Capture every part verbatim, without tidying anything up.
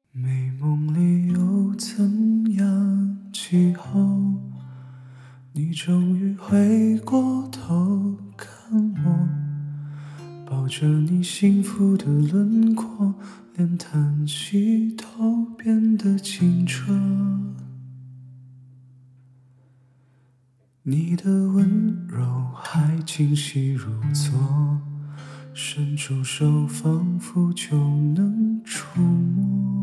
美梦里又怎样气候？你终于回过头看我，抱着你幸福的轮廓，连叹息都变得清澈。你的温柔还清晰如昨，伸出手仿佛就能触摸。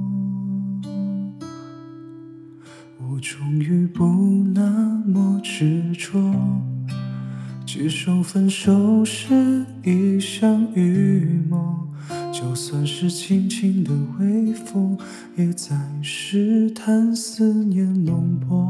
我终于不那么执着，接受分手是一场预谋，就算是轻轻的微风，也在试探思念笼络。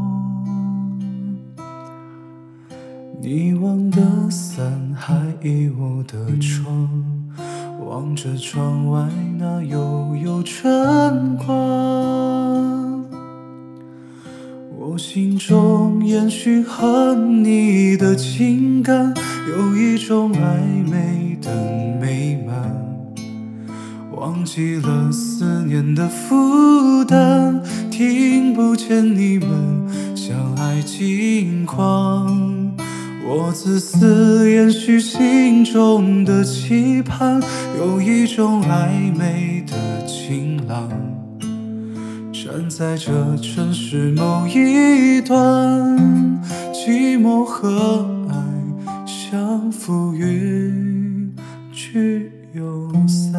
你忘的伞还倚我的窗，望着窗外那悠悠晨光。我心中延续和你的情感，有一种暧昧的美满，忘记了思念的负担，听不见你们相爱近况。我自私延续心中的期盼，有一种暧昧的晴朗，站在这城市某一端，寂寞和爱相浮云聚又散。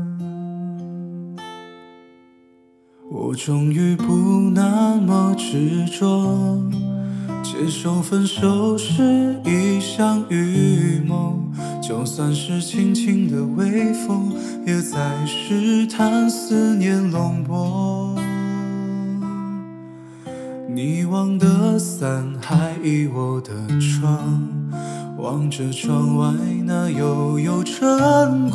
我终于不那么执着，接受分手是一场预谋，就算是轻轻的微风，也在试探思念笼络。你忘的伞还倚我的窗，望着窗外那悠悠晨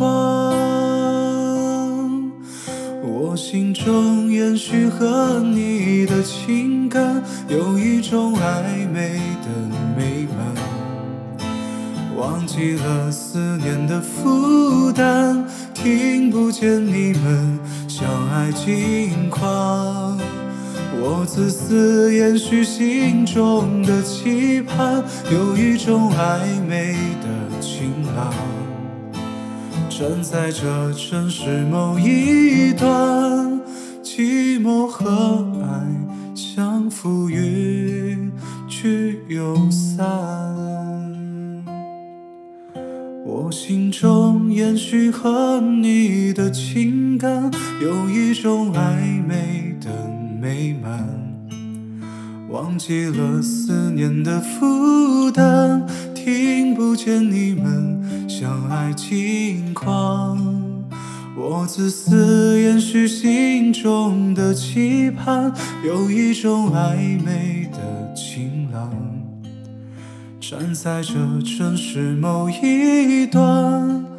光。我心中延续和你的情感，有一种暧昧的美满，忘记了思念的负担，听不见你们相爱近况。我自私延续心中的期盼，有一种暧昧的晴朗，站在这城市某一端，寂寞和爱相浮云聚又散。我心中延续和你的情感，有一种暧昧的美满，忘记了思念的负担，听不见你们相爱近况。我自私延续心中的期盼，有一种暧昧的晴朗，站在这城市某一端，